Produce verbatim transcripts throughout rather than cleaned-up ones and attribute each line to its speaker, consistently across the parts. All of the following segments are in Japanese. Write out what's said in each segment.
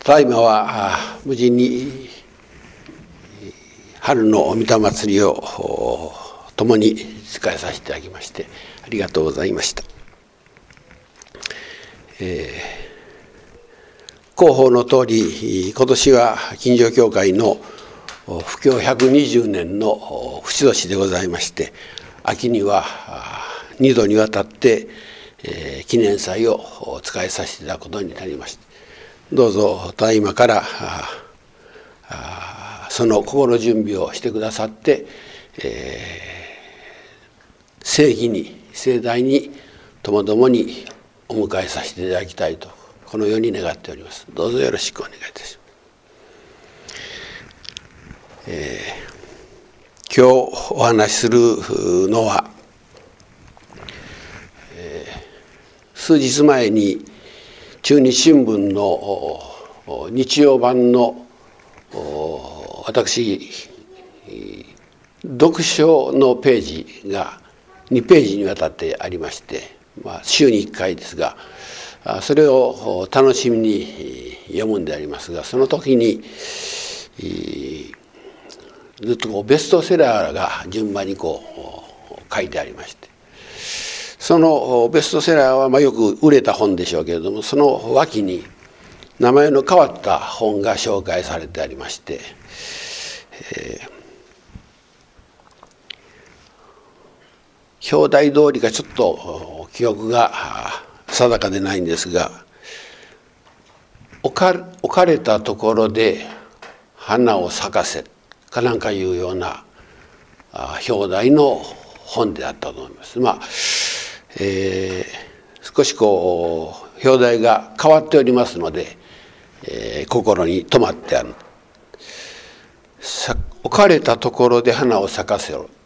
Speaker 1: ただいまは無事に春の御霊祭りを共に使いさせていただきましてありがとうございました。えー、広報の通り今年は金城教会の布教ひゃくにじゅうねんの節年でございまして、秋にはにどにわたって、えー、記念祭を使いさせていただくことになりました。どうぞただいまからその心準備をしてくださって、えー、盛儀に盛大にともどもにお迎えさせていただきたいとこのように願っております。どうぞよろしくお願いいたします。えー、今日お話しするのは、えー、数日前に中日新聞の日曜版の私読書のページがにページにわたってありまして、まあ、週にいっかいですがそれを楽しみに読むんでありますが、その時にずっとこうベストセラーが順番にこう書いてありまして、そのベストセラーはまあよく売れた本でしょうけれども、その脇に名前の変わった本が紹介されてありまして、えー、表題通りかちょっと記憶が定かでないんですが、置か、置かれたところで花を咲かせかなんかいうような表題の本であったと思います。まあえー、少しこう表題が変わっておりますので、えー、心に留まってある。置かれたところで花を咲かせろ、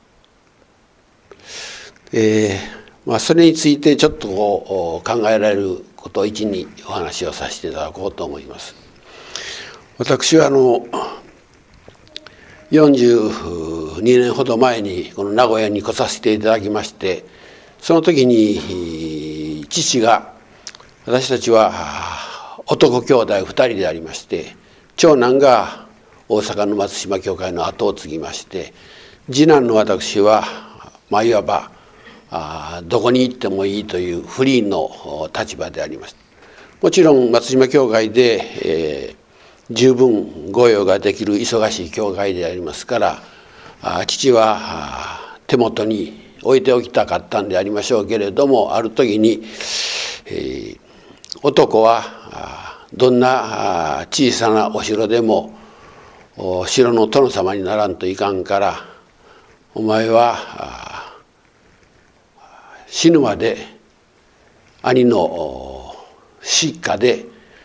Speaker 1: えーまあ、それについてちょっとこう考えられることを一にお話をさせていただこうと思います。私はあのよんじゅうにねんほど前にこの名古屋に来させていただきまして、その時に父が、私たちは男兄弟ふたりでありまして、長男が大阪の松島教会の後を継ぎまして、次男の私は、まあ、いわばあどこに行ってもいいというフリーの立場であります。もちろん松島教会で、えー、十分御用ができる忙しい教会でありますから、あ父は手元に置いておきたかったんでありましょうけれども、ある時に、えー、男はどんな小さなお城でも城の殿様にならんといかんから、お前は死ぬまで兄の失火で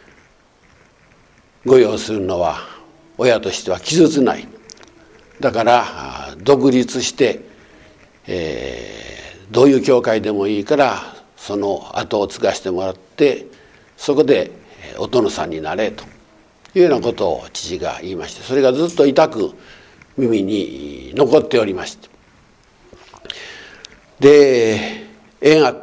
Speaker 1: 御用するのは親としては気絶ない。だから独立してえー、どういう教会でもいいからその後を継がしてもらって、そこでお殿さんになれというようなことを父が言いまして、それがずっと痛く耳に残っておりまして、で縁あって、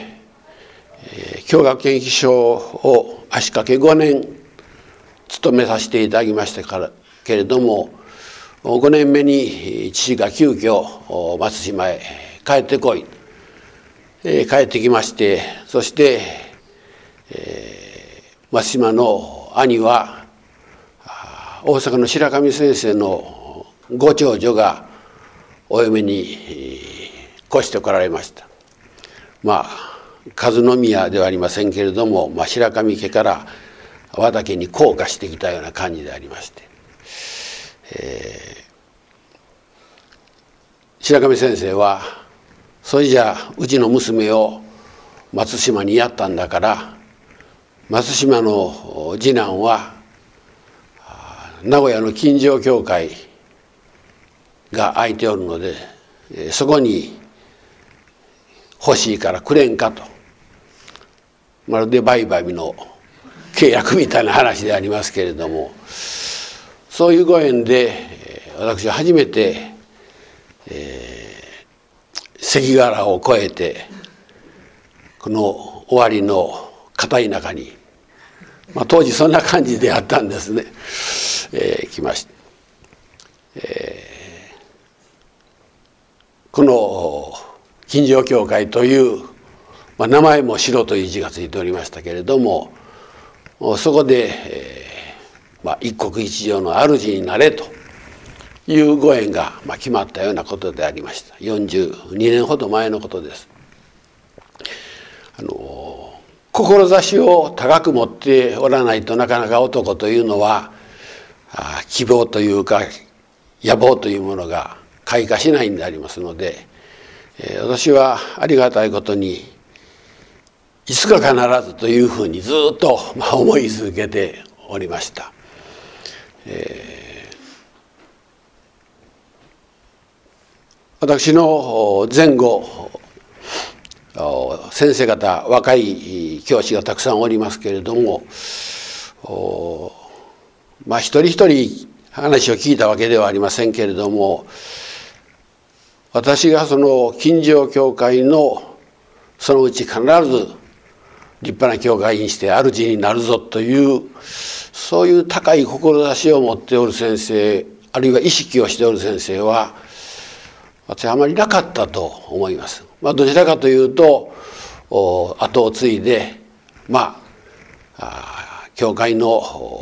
Speaker 1: えー、教学研究所を足掛けごねん勤めさせていただきましたからけれども、ごねんめに父が急遽松島へ帰ってこい、えー、帰ってきまして、そして、えー、松島の兄は大阪の白神先生のご長女がお嫁に越してこられました。まあ和宮ではありませんけれども、まあ、白神家から和田家に降下してきたような感じでありまして、えー、白神先生はそれじゃあうちの娘を松島にやったんだから、松島の次男は名古屋の金城教会が空いておるので、そこに欲しいからくれんかと、まるで売買の契約みたいな話でありますけれども、そういうご縁で私は初めて、えー、関ヶ原を越えてこの尾張の片田舎にまあ、当時そんな感じであったんですね、えー、来ました。えー、この金城教会という、まあ、名前も城という字がついておりましたけれども、そこで、えーまあ、一国一城の主になれというご縁が、まあ、決まったようなことでありました。よんじゅうにねんほど前のことです。あの志を高く持っておらないとなかなか男というのは希望というか野望というものが開花しないんでありますので、えー、私はありがたいことにいつか必ずというふうにずっと、まあ、思い続けておりました。えー、私の前後先生方若い教師がたくさんおりますけれども、まあ一人一人話を聞いたわけではありませんけれども、私がその金城教会のそのうち必ず立派な教会にして主になるぞというそういう高い志を持っておる先生、あるいは意識をしておる先生は私はあまりなかったと思います。まあ、どちらかというと後を継いでまあ教会の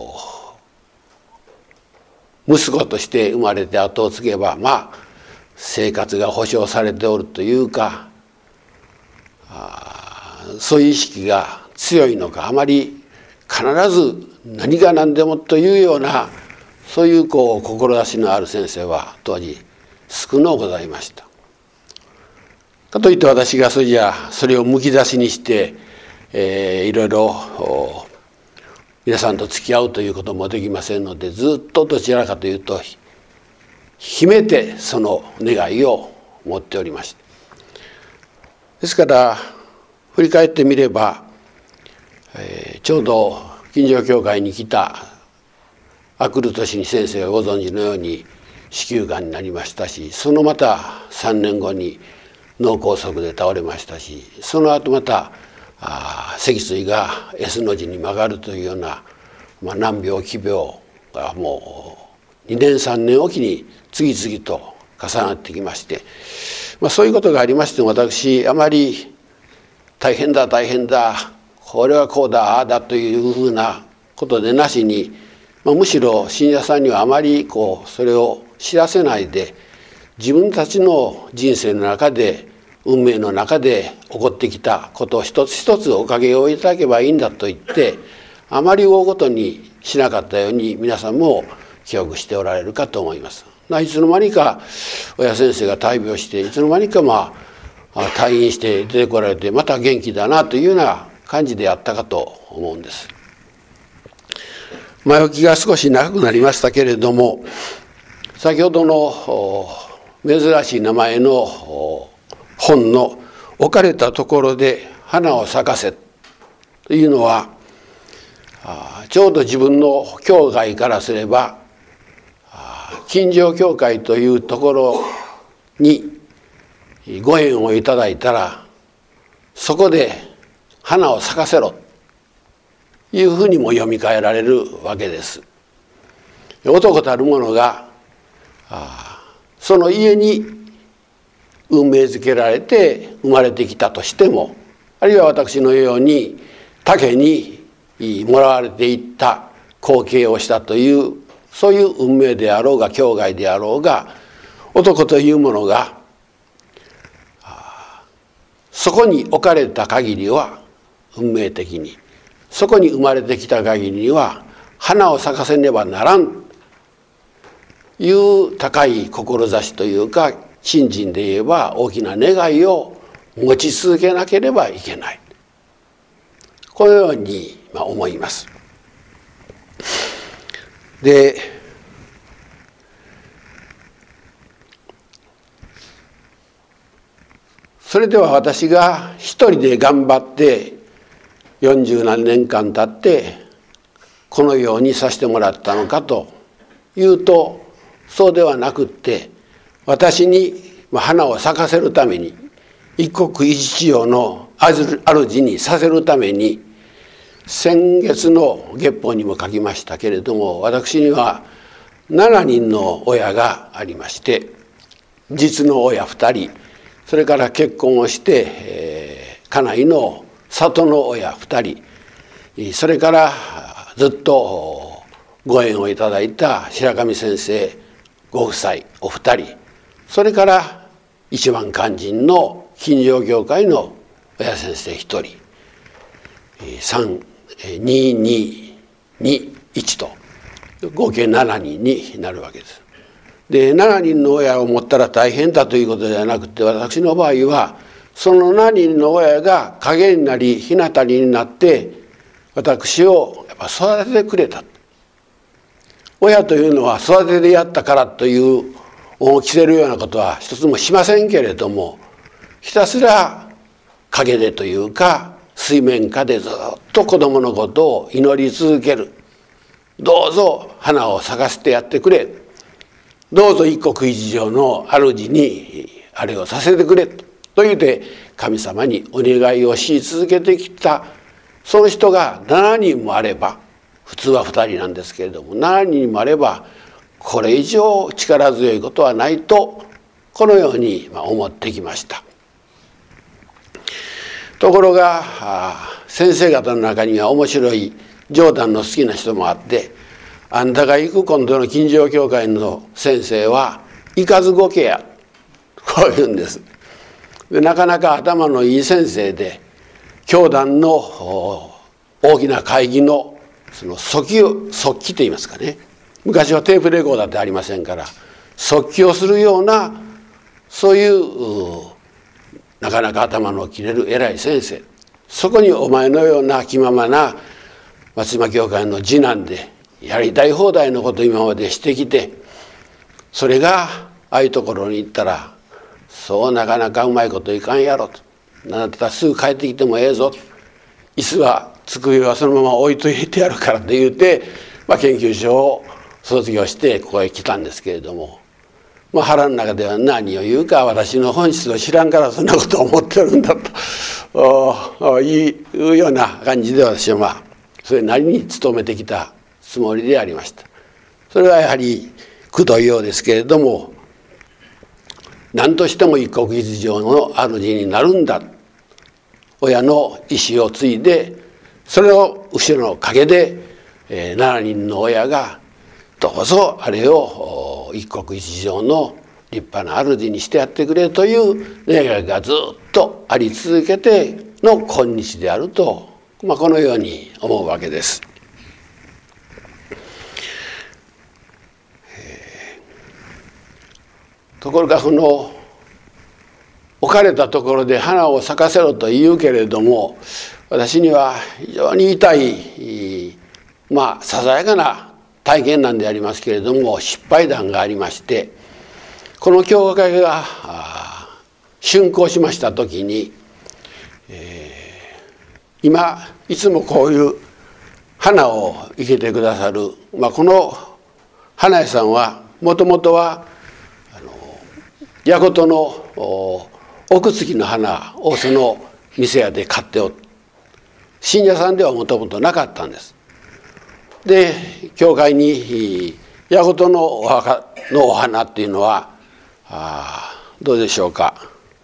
Speaker 1: 息子として生まれて後を継げばまあ生活が保障されておるというか、そういう意識が強いのか、あまり必ず何が何でもというようなそういうこう志のある先生は当時少のうございました。かといって私がそれじゃそれをむき出しにして、えー、いろいろ皆さんと付き合うということもできませんので、ずっとどちらかというと秘めてその願いを持っておりました。ですから振り返ってみれば、えー、ちょうど金城教会に来たあくる年に先生がご存知のように子宮がんになりましたし、そのまたさんねんごに脳梗塞で倒れましたし、その後またあ脊椎が エス の字に曲がるというような、まあ、難病奇病がもうにねんさんねんおきに次々と重なってきまして、まあ、そういうことがありましても私あまり大変だ大変だこれはこうだああだというふうなことでなしに、まあ、むしろ信者さんにはあまりこうそれを知らせないで、自分たちの人生の中で運命の中で起こってきたことを一つ一つおかげをいただけばいいんだと言って、あまり大ごとにしなかったように皆さんも記憶しておられるかと思います。いつの間にか親先生が大病して、いつの間にかまあ退院して出てこられて、また元気だなというような感じであったかと思うんです。前置きが少し長くなりましたけれども、先ほどの珍しい名前の本の置かれたところで花を咲かせというのは、ちょうど自分の教会からすれば金城教会というところにご縁をいただいたら、そこで花を咲かせろというふうにも読み替えられるわけです。男たる者がその家に運命づけられて生まれてきたとしても、あるいは私のように竹にもらわれていった後継をしたというそういう運命であろうが境外であろうが、男というものがそこに置かれた限りは運命的に、そこに生まれてきた限りには花を咲かせねばならんいう高い志というか、信心で言えば大きな願いを持ち続けなければいけない、このように思います。で、それでは私が一人で頑張ってよんじゅう何年間経ってこのようにさせてもらったのかというと、そうではなくって、私に花を咲かせるために、一国一城の主にさせるために、 先月の月報にも書きましたけれども、私にはしちにんの親がありまして、実の親ふたり、それから結婚をして、えー、家内の里の親ふたり、それからずっとご縁をいただいた白神先生ご夫妻お二人、それから一番肝心の金城教会の親先生一人、さんにににいちと合計しちにんになるわけです。でしちにんの親を持ったら大変だということではなくて、私の場合はそのしちにんの親が陰になり日向になって私をやっぱ育ててくれた。親というのは育ててやったからという恩を着せるようなことは一つもしませんけれども、ひたすら陰でというか水面下でずっと子供のことを祈り続ける。どうぞ花を咲かせてやってくれ、どうぞ一国一城の主にあれをさせてくれと言うて神様にお願いをし続けてきた。その人がしちにんもあれば、普通はふたりなんですけれどもしちにんもあれば、これ以上力強いことはないとこのように思ってきました。ところが先生方の中には面白い冗談の好きな人もあって、あんたが行く今度の金城教会の先生は行かずごけや、こう言うんです。でなかなか頭のいい先生で、教団の大きな会議のその速記を速記と言いますかね、昔はテープレコーダーってありませんから、速記をするようなそういうなかなか頭の切れる偉い先生、そこにお前のような気ままな松島教会の次男でやりたい放題のことを今までしてきて、それがああいうところに行ったらそうなかなかうまいこといかんやろと、なんだったらすぐ帰ってきてもええぞ、椅子は机はそのまま置いといてやるからと言うて、まあ、研究所を卒業してここへ来たんですけれども、まあ、腹の中では何を言うか私の本質を知らんからそんなことを思ってるんだというような感じで、私はまあそれなりに努めてきたつもりでありました。それはやはりくどいようですけれども、何としても一国一城の主になるんだ、親の意思を継いで、それを後ろの陰で、えー、しちにんの親がどうぞあれを一国一城の立派な主にしてやってくれという願いがずっとあり続けての今日であると、まあ、このように思うわけです。ところがこの置かれたところで花を咲かせろと言うけれども、私には非常に痛い、まあささやかな体験なんでありますけれども、失敗談がありまして、この教会が竣工しました時に、えー、今いつもこういう花を生けてくださる、まあ、この花屋さんはもともとは矢事の奥付きの花をその店屋で買っておって、信者さんではもともとなかったんです。で教会に矢事のお墓のお花っていうのはあどうでしょうか、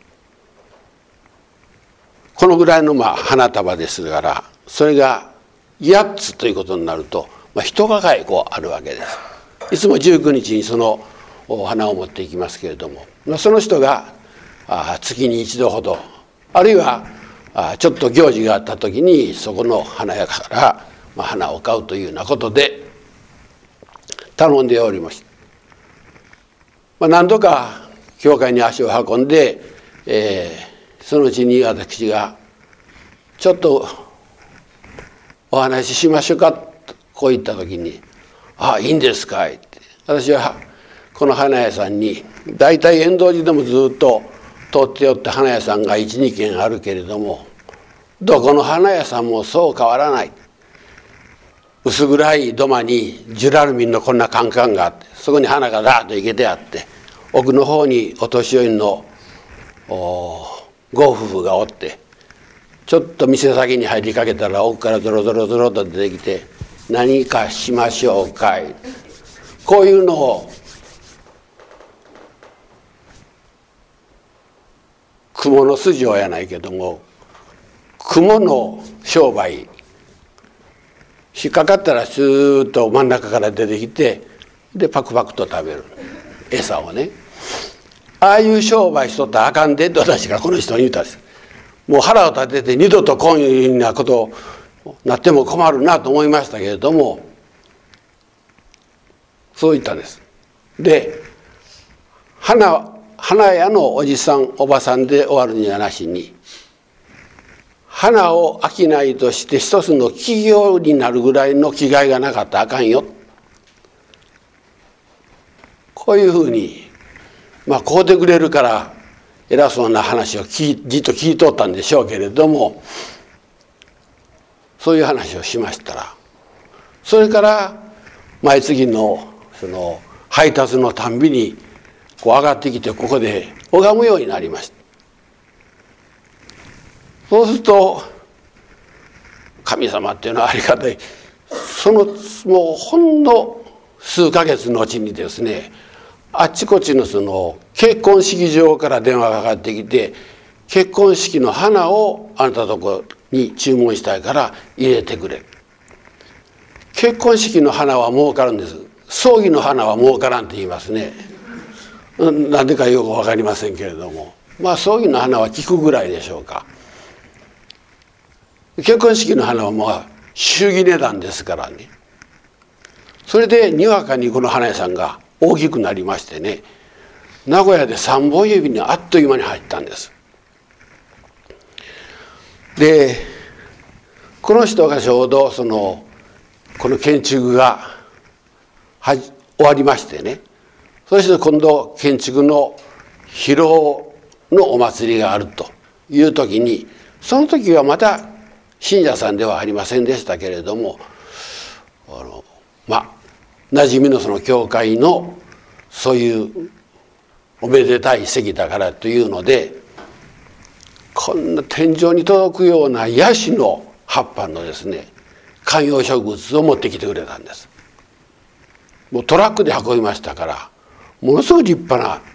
Speaker 1: このぐらいのまあ花束ですから、それがやっつということになると、まあ、一抱えこうあるわけです。いつもじゅうくにちにそのお花を持っていきますけれども、まあ、その人があ月に一度ほど、あるいはあちょっと行事があった時にそこの花屋から、まあ、花を買うというようなことで頼んでおりました。まあ、何度か教会に足を運んで、えー、そのうちに私がちょっとお話ししましょうかとこう言った時に「ああいいんですかい」って、私はこの花屋さんに大体遠藤寺でもずっと通っておって花屋さんがいちにけんあるけれども、どこの花屋さんもそう変わらない。薄暗い土間にジュラルミンのこんなカンカンがあって、そこに花がダーッと生けてあって、奥の方にお年寄りのご夫婦がおって、 ちょっと店先に入りかけたら奥からゾロゾロゾロと出てきて「何かしましょうかい」こういうのを雲の筋をやないけども雲の商売引っかかったらスーッと真ん中から出てきてでパクパクと食べる餌をね。ああいう商売しとったらあかんでって私がこの人に言ったんです。もう腹を立てて二度とこういうようなことになっても困るなと思いましたけれどもそう言ったんです。で花花屋のおじさんおばさんで終わるにはなしに花を商いとして一つの企業になるぐらいの気概がなかったらあかんよ。こういうふうにまあ買うてくれるから偉そうな話をきじっと聞いとったんでしょうけれどもそういう話をしましたらそれから毎月のその配達のたんびにこう上がってきてここで拝むようになりました。そうすると神様っていうのはありがたい。そのもうほんの数ヶ月のうちにですねあっちこっちのその結婚式場から電話がかかってきて結婚式の花をあなたのとこに注文したいから入れてくれ。結婚式の花は儲かるんです。葬儀の花は儲からんって言いますね。なんでかよく分かりませんけれどもまあ葬儀の花は効くぐらいでしょうか。結婚式の花はまあ祝儀値段ですからね。それでにわかにこの花屋さんが大きくなりましてね名古屋で三本指にあっという間に入ったんです。でこの人がちょうどそのこの建築がはじ終わりましてねそして今度建築の披露のお祭りがあるという時にその時はまた信者さんではありませんでしたけれどもあのまあ馴染みのその教会のそういうおめでたい席だからというのでこんな天井に届くようなヤシの葉っぱのですね観葉植物を持ってきてくれたんです。もうトラックで運びましたからものすごい立派な。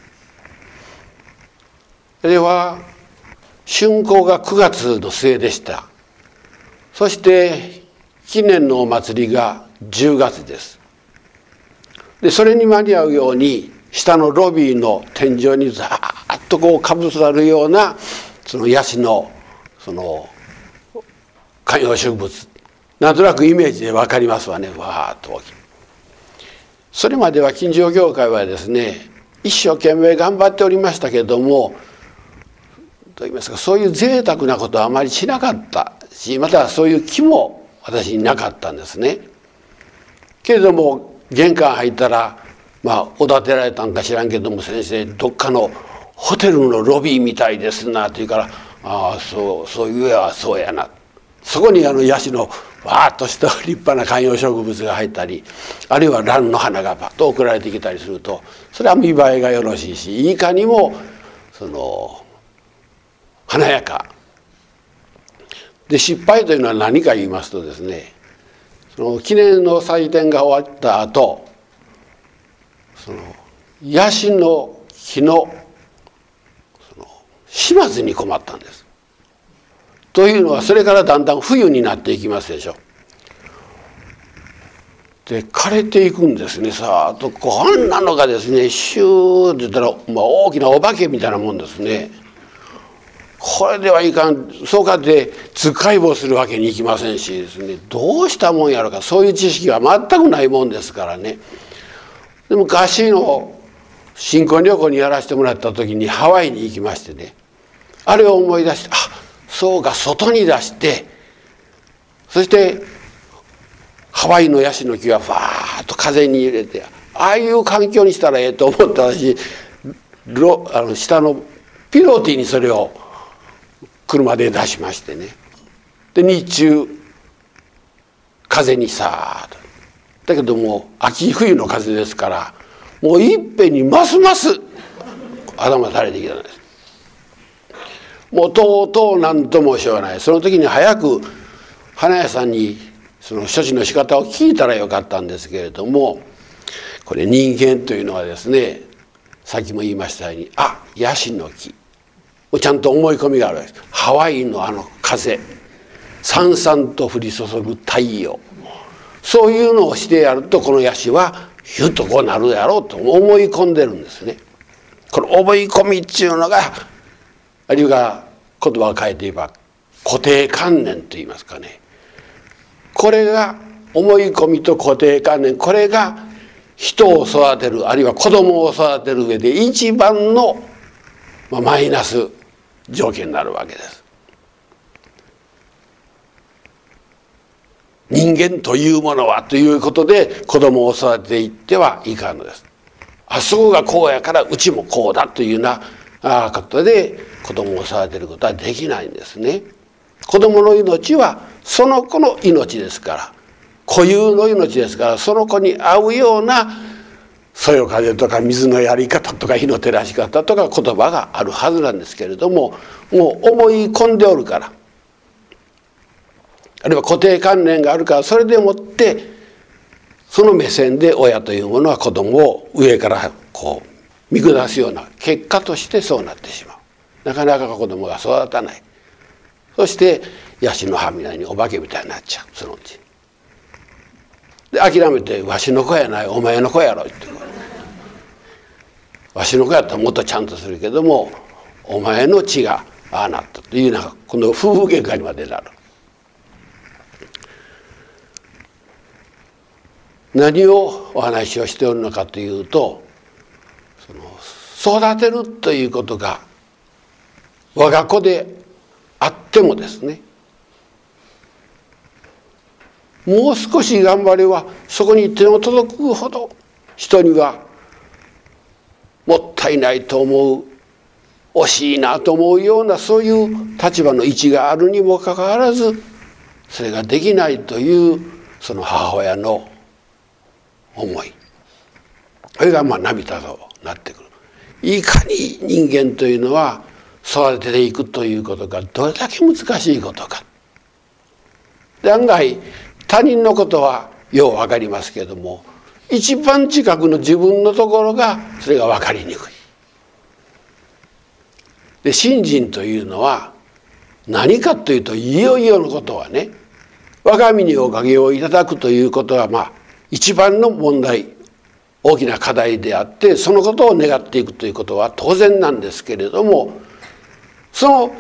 Speaker 1: それは竣工がくがつの末でした。そして記念のお祭りがじゅうがつです。でそれに間に合うように下のロビーの天井にザーッとこうかぶさるようなそのヤシのその観葉植物なんとなくイメージで分かりますわね。わーっと大きい。それまでは近所業界はですね一生懸命頑張っておりましたけれどもと言いますかそういう贅沢なことはあまりしなかったしまたそういう気も私になかったんですね。けれども玄関入ったらまあおだてられたんか知らんけども先生どっかのホテルのロビーみたいですなって言うからああそうそういうやそうやな。そこにあのヤシのわーっとした立派な観葉植物が入ったりあるいは蘭の花がパッと送られてきたりするとそれは見栄えがよろしいしいかにもその華やかで失敗というのは何か言いますとですねその記念の祭典が終わった後そのヤシの木のその始末に困ったんです。というのはそれからだんだん冬になっていきますでしょ。で枯れていくんですね。さあとこんなのがですねシューって言ったら、まあ、大きなお化けみたいなもんですね。これではいかんそうかって使い棒するわけにいきませんしですねどうしたもんやろかそういう知識は全くないもんですからね。で昔の新婚旅行にやらせてもらった時にハワイに行きましてねあれを思い出してあそうか外に出してそしてハワイのヤシの木がファーッと風に揺れてああいう環境にしたらええと思ったしロあの下のピロティにそれを車で出しましてねで日中風にさーっとだけども秋冬の風ですからもういっぺんにますます頭垂れてきたんです。 もうとうとう何ともしようがない。その時に早く花屋さんにその処置の仕方を聞いたらよかったんですけれども、これ人間というのはですね、さっきも言いましたように、あ、ヤシの木、ちゃんと思い込みがあるわけです。ハワイのあの風、さんさんと降り注ぐ太陽、そういうのをしてやるとこのヤシはヒュッとこうなるやろうと思い込んでるんですね。この思い込みっていうのが、あるいは言葉を変えて言えば固定観念といいますかね、これが思い込みと固定観念、これが人を育てる、あるいは子供を育てる上で一番のマイナス条件になるわけです。人間というものはということで子供を育てていってはいかんのです。あそこがこうやからうちもこうだというようなことで子供を育てることはできないんですね。子供の命はその子の命ですから、固有の命ですから、その子に合うようなそよ風とか水のやり方とか火の照らし方とか言葉があるはずなんですけれども、もう思い込んでおるから、あるいは固定観念があるから、それでもってその目線で親というものは子供を上からこう見下すような結果としてそうなってしまう。なかなか子供が育たない。そしてヤシの葉みたいにお化けみたいになっちゃう。そのうちで諦めて「わしの子やない、お前の子やろ」ってわしの子やったらもっとちゃんとするけども、お前の血がああなったというような、この夫婦喧嘩にまでなる。何をお話をしておるのかというと、その育てるということが我が子であってもですね、もう少し頑張ればそこに手の届くほど人にはもったいないと思う、惜しいなと思うような、そういう立場の位置があるにもかかわらずそれができないというその母親の思い、これがまあ涙となってくる。いかに人間というのは育てていくということがどれだけ難しいことか。で案外他人のことはよう分かりますけれども、一番近くの自分のところがそれが分かりにくい。で信心というのは何かというと、いよいよのことはね、我が身におかげをいただくということがまあ一番の問題、大きな課題であって、そのことを願っていくということは当然なんですけれども、その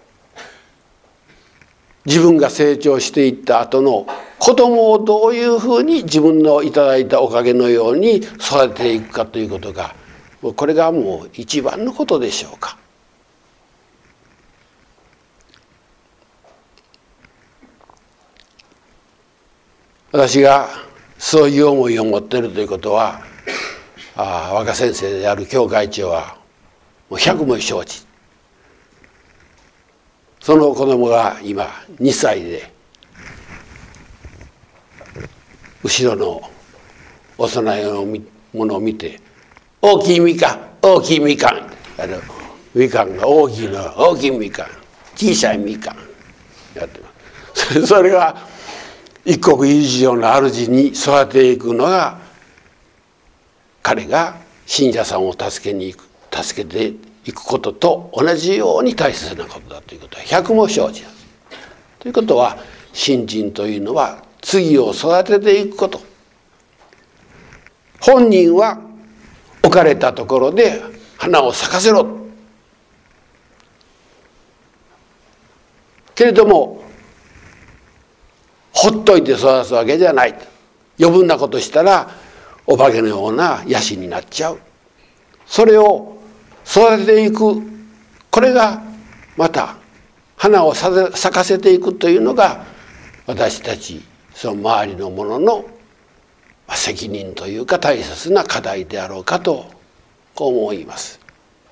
Speaker 1: 自分が成長していった後の子供をどういうふうに自分のいただいたおかげのように育てていくかということが、これがもう一番のことでしょうか。私がそういう思いを持っているということは、ああ若先生である教会長はもう百も承知。その子供が今にさいで、後ろのお供えのものを見て「大きいみかん、大きいみかん」あのみかんが大きいのは大きいみかん、小さいみかんやってます。それが一国一城の主に育てていくのが、彼が信者さんを助けに行く、助けていくことと同じように大切なことだということは百も承知です。ということは、信心というのは次を育てていくこと。本人は置かれたところで花を咲かせろ。けれどもほっといて育つわけじゃない。余分なことしたらお化けのような野心になっちゃう。それを育てていく、これがまた花を咲かせていくというのが、私たちその周りの者の責任というか大切な課題であろうかとこう思います。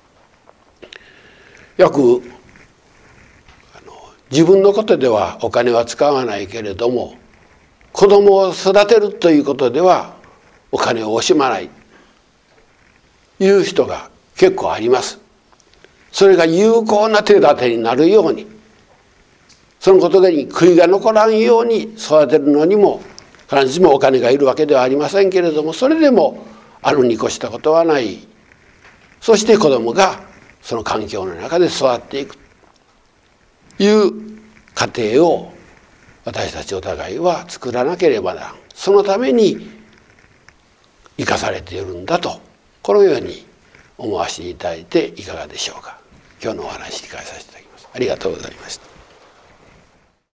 Speaker 1: よくあの自分のことではお金は使わないけれども、子供を育てるということではお金を惜しまないいう人が結構あります。 それが有効な手立てになるように、そのことでに悔いが残らんように育てるのにも必ずしもお金がいるわけではありませんけれども、それでもあるに越したことはない。そして子供がその環境の中で育っていくという過程を私たちお互いは作らなければならん。そのために生かされているんだと、このように思わせていただいていかがでしょうか。今日のお話に変えさせていただきます。ありがとうございました。